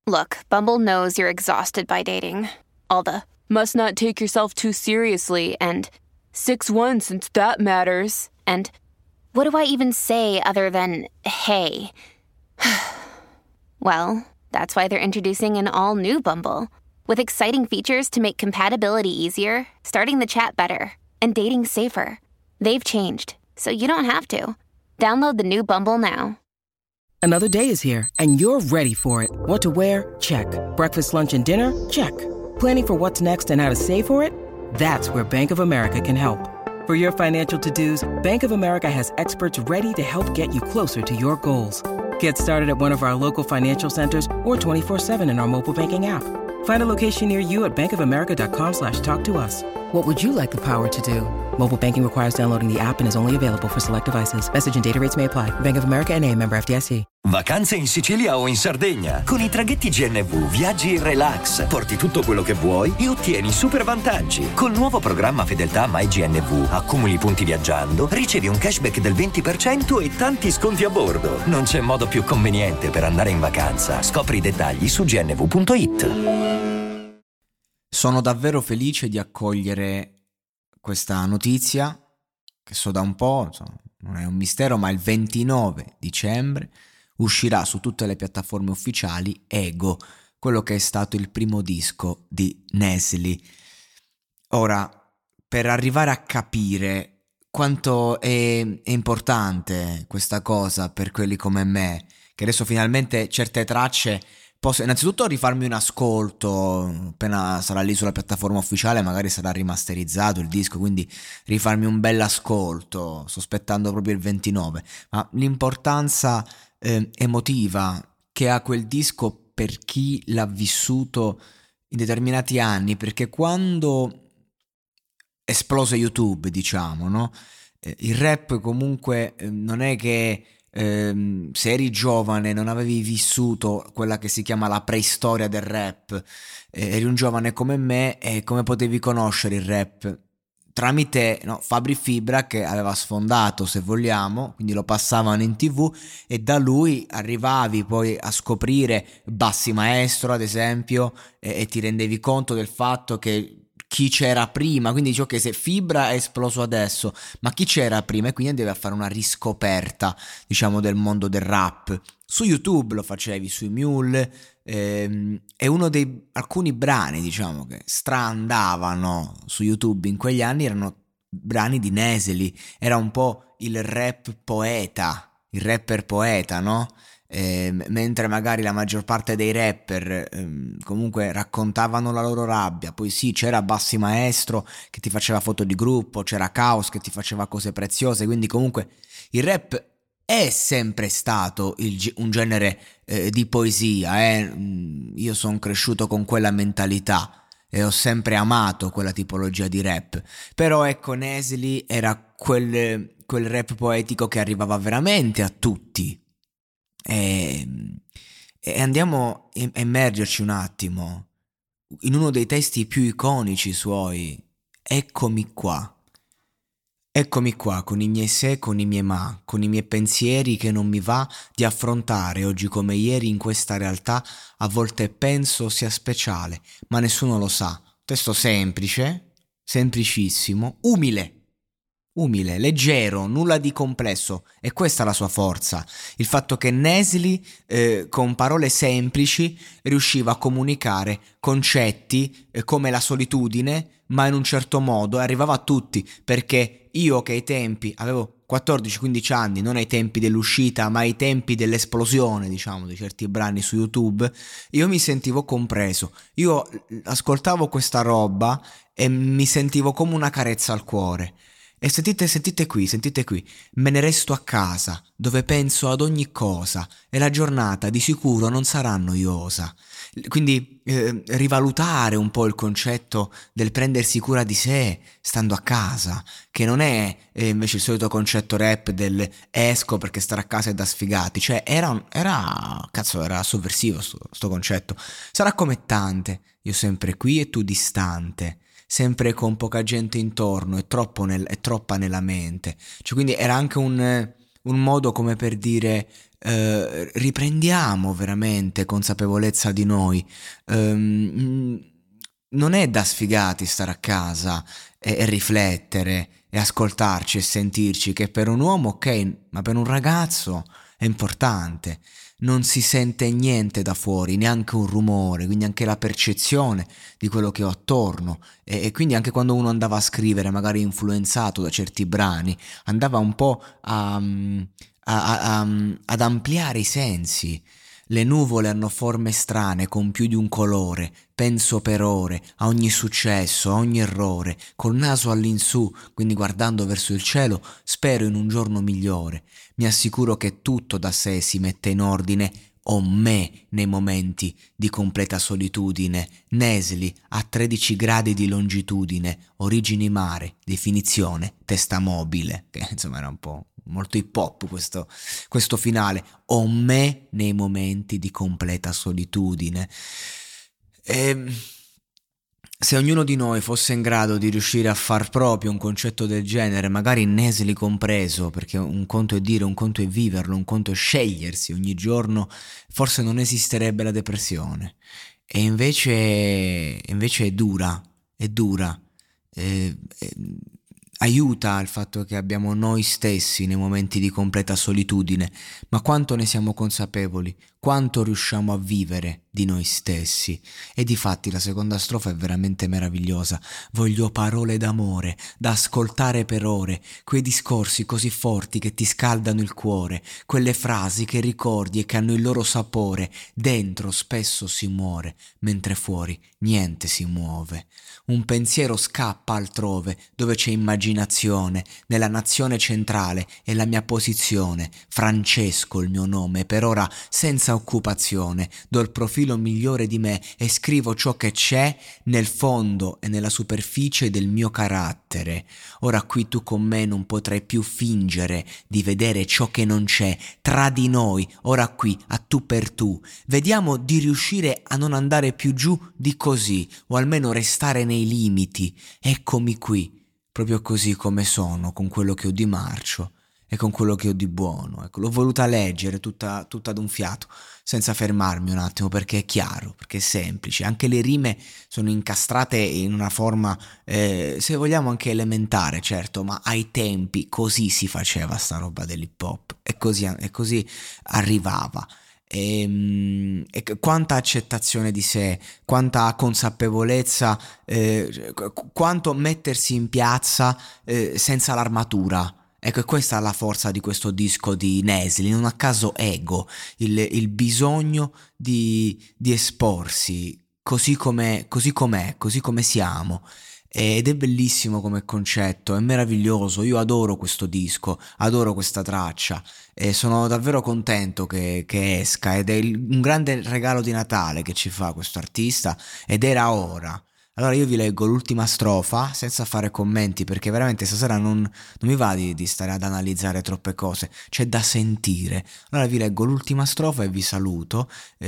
Look, Bumble knows you're exhausted by dating. All the must not take yourself too seriously and 6'1" since that matters. And what do I even say other than hey? Well, that's why they're introducing an all-new Bumble with exciting features to make compatibility easier, starting the chat better, and dating safer. They've changed, so you don't have to. Download the new Bumble now. Another day is here, and you're ready for it. What to wear? Check. Breakfast, lunch, and dinner? Check. Planning for what's next and how to save for it? That's where Bank of America can help. For your financial to-dos, Bank of America has experts ready to help get you closer to your goals. Get started at one of our local financial centers or 24/7 in our mobile banking app. Find a location near you at bankofamerica.com/talktous. What would you like the power to do? Mobile banking requires downloading the app and is only available for select devices. Message and data rates may apply. Bank of America N.A., member FDIC. Vacanze in Sicilia o in Sardegna. Con i traghetti GNV viaggi in relax, porti tutto quello che vuoi e ottieni super vantaggi. Col nuovo programma Fedeltà MyGNV accumuli punti viaggiando, ricevi un cashback del 20% e tanti sconti a bordo. Non c'è modo più conveniente per andare in vacanza. Scopri i dettagli su gnv.it. Sono davvero felice di accogliere questa notizia, che so da un po', insomma, non è un mistero, ma il 29 dicembre uscirà su tutte le piattaforme ufficiali Ego, quello che è stato il primo disco di Nesli. Ora, per arrivare a capire quanto è importante questa cosa per quelli come me, che adesso finalmente certe tracce posso innanzitutto rifarmi un ascolto, appena sarà lì sulla piattaforma ufficiale magari sarà rimasterizzato il disco, quindi rifarmi un bel ascolto, sospettando proprio il 29, ma l'importanza emotiva che ha quel disco per chi l'ha vissuto in determinati anni, perché quando esplose YouTube, diciamo, no? Il rap comunque non è che se eri giovane non avevi vissuto quella che si chiama la preistoria del rap, eri un giovane come me, e come potevi conoscere il rap? Tramite Fabri Fibra, che aveva sfondato, se vogliamo, quindi lo passavano in TV e da lui arrivavi poi a scoprire Bassi Maestro ad esempio, e ti rendevi conto del fatto che chi c'era prima, quindi dicevo che se Fibra è esploso adesso, ma chi c'era prima, e quindi andavi a fare una riscoperta, diciamo, del mondo del rap. Su YouTube lo facevi, sui Mule, e alcuni brani, diciamo, che straandavano su YouTube in quegli anni erano brani di Nesli, era un po' il rap poeta, il rapper poeta, no? Mentre magari la maggior parte dei rapper comunque raccontavano la loro rabbia, poi sì, c'era Bassi Maestro che ti faceva foto di gruppo, c'era Caos che ti faceva cose preziose, quindi comunque il rap è sempre stato un genere di poesia, io sono cresciuto con quella mentalità e ho sempre amato quella tipologia di rap, però ecco, Nesli era quel rap poetico che arrivava veramente a tutti. E andiamo a immergerci un attimo in uno dei testi più iconici suoi, eccomi qua con i miei se, con i miei ma, con i miei pensieri che non mi va di affrontare oggi come ieri in questa realtà, a volte penso sia speciale, ma nessuno lo sa. Testo semplice, semplicissimo, umile, leggero, nulla di complesso, e questa è la sua forza, il fatto che Nesli con parole semplici riusciva a comunicare concetti come la solitudine, ma in un certo modo arrivava a tutti, perché io che ai tempi avevo 14-15 anni, non ai tempi dell'uscita ma ai tempi dell'esplosione, diciamo, di certi brani su YouTube, io mi sentivo compreso, io ascoltavo questa roba e mi sentivo come una carezza al cuore. E sentite qui, me ne resto a casa, dove penso ad ogni cosa, e la giornata di sicuro non sarà noiosa. Quindi rivalutare un po' il concetto del prendersi cura di sé stando a casa, che non è invece il solito concetto rap del esco perché stare a casa è da sfigati, cioè era sovversivo sto concetto. Sarà come tante, io sempre qui e tu distante, sempre con poca gente intorno e troppa nella mente, cioè quindi era anche un modo come per dire riprendiamo veramente consapevolezza di noi. Non è da sfigati stare a casa e riflettere e ascoltarci e sentirci, che per un uomo ok, ma per un ragazzo è importante. Non si sente niente da fuori, neanche un rumore, quindi anche la percezione di quello che ho attorno, e quindi anche quando uno andava a scrivere, magari influenzato da certi brani, andava un po' ad ampliare i sensi. Le nuvole hanno forme strane con più di un colore, penso per ore a ogni successo, a ogni errore, col naso all'insù, quindi guardando verso il cielo, spero in un giorno migliore. Mi assicuro che tutto da sé si mette in ordine, o me nei momenti di completa solitudine. Nesli a 13 gradi di longitudine, origini mare, definizione testa mobile, che insomma era un po' molto hip hop questo finale. O me nei momenti di completa solitudine. Se ognuno di noi fosse in grado di riuscire a far proprio un concetto del genere, magari Nesli compreso, perché un conto è dire, un conto è viverlo, un conto è scegliersi ogni giorno, forse non esisterebbe la depressione. E invece è dura, aiuta il fatto che abbiamo noi stessi nei momenti di completa solitudine, ma quanto ne siamo consapevoli, quanto riusciamo a vivere di noi stessi. E difatti la seconda strofa è veramente meravigliosa. Voglio parole d'amore da ascoltare per ore, quei discorsi così forti che ti scaldano il cuore, quelle frasi che ricordi e che hanno il loro sapore. Dentro spesso si muore, mentre fuori niente si muove. Un pensiero scappa altrove, dove c'è immaginazione. Nella nazione centrale è la mia posizione. Francesco il mio nome, per ora senza occupazione. Do il profilo migliore di me e scrivo ciò che c'è nel fondo e nella superficie del mio carattere. Ora qui tu con me non potrai più fingere di vedere ciò che non c'è tra di noi. Ora qui, a tu per tu. Vediamo di riuscire a non andare più giù di così, o almeno restare nei limiti. Eccomi qui, proprio così come sono, con quello che ho di marcio e con quello che ho di buono. Ecco, l'ho voluta leggere tutta ad un fiato, senza fermarmi un attimo, perché è chiaro, perché è semplice. Anche le rime sono incastrate in una forma, se vogliamo anche elementare, certo, ma ai tempi così si faceva sta roba dell'hip hop, e così arrivava. E quanta accettazione di sé, quanta consapevolezza, quanto mettersi in piazza senza l'armatura. Ecco, e questa è la forza di questo disco di Nesli. Non a caso ego, il bisogno di esporsi così com'è, così come siamo. Ed è bellissimo come concetto, è meraviglioso. Io adoro questo disco, adoro questa traccia e sono davvero contento che esca, ed è un grande regalo di Natale che ci fa questo artista, ed era ora. Allora io vi leggo l'ultima strofa senza fare commenti, perché veramente stasera non mi va di stare ad analizzare troppe cose, c'è da sentire. Allora vi leggo l'ultima strofa e vi saluto.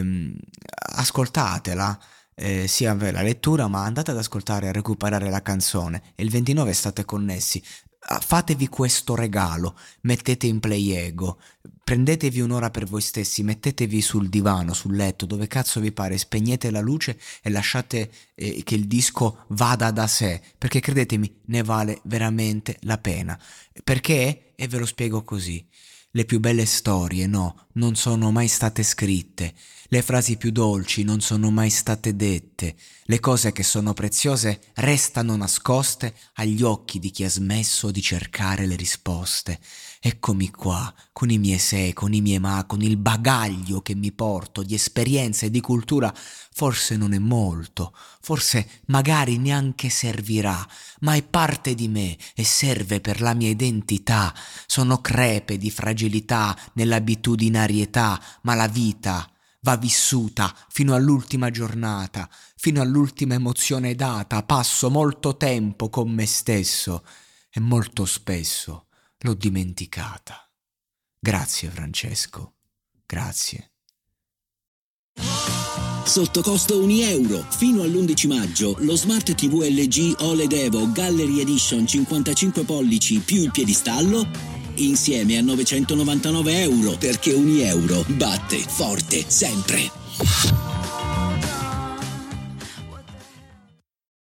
Ascoltatela, sia per la lettura, ma andate ad ascoltare e a recuperare la canzone, e il 29 state connessi. Fatevi questo regalo, mettete in play ego, prendetevi un'ora per voi stessi, mettetevi sul divano, sul letto, dove cazzo vi pare, spegnete la luce e lasciate che il disco vada da sé, perché credetemi, ne vale veramente la pena. Perché? E ve lo spiego così. Le più belle storie, no, non sono mai state scritte. Le frasi più dolci non sono mai state dette. Le cose che sono preziose restano nascoste agli occhi di chi ha smesso di cercare le risposte. Eccomi qua, con i miei se, con i miei ma, con il bagaglio che mi porto di esperienza e di cultura. Forse non è molto, forse magari neanche servirà, ma è parte di me e serve per la mia identità. Sono crepe di fragilità nell'abitudinarietà, ma la vita va vissuta fino all'ultima giornata, fino all'ultima emozione data. Passo molto tempo con me stesso e molto spesso l'ho dimenticata. Grazie Francesco, grazie. Sotto costo €1. Fino all'11 maggio lo Smart TV LG OLED Evo Gallery Edition 55 pollici più il piedistallo insieme a 999 euro, perché ogni euro batte forte sempre.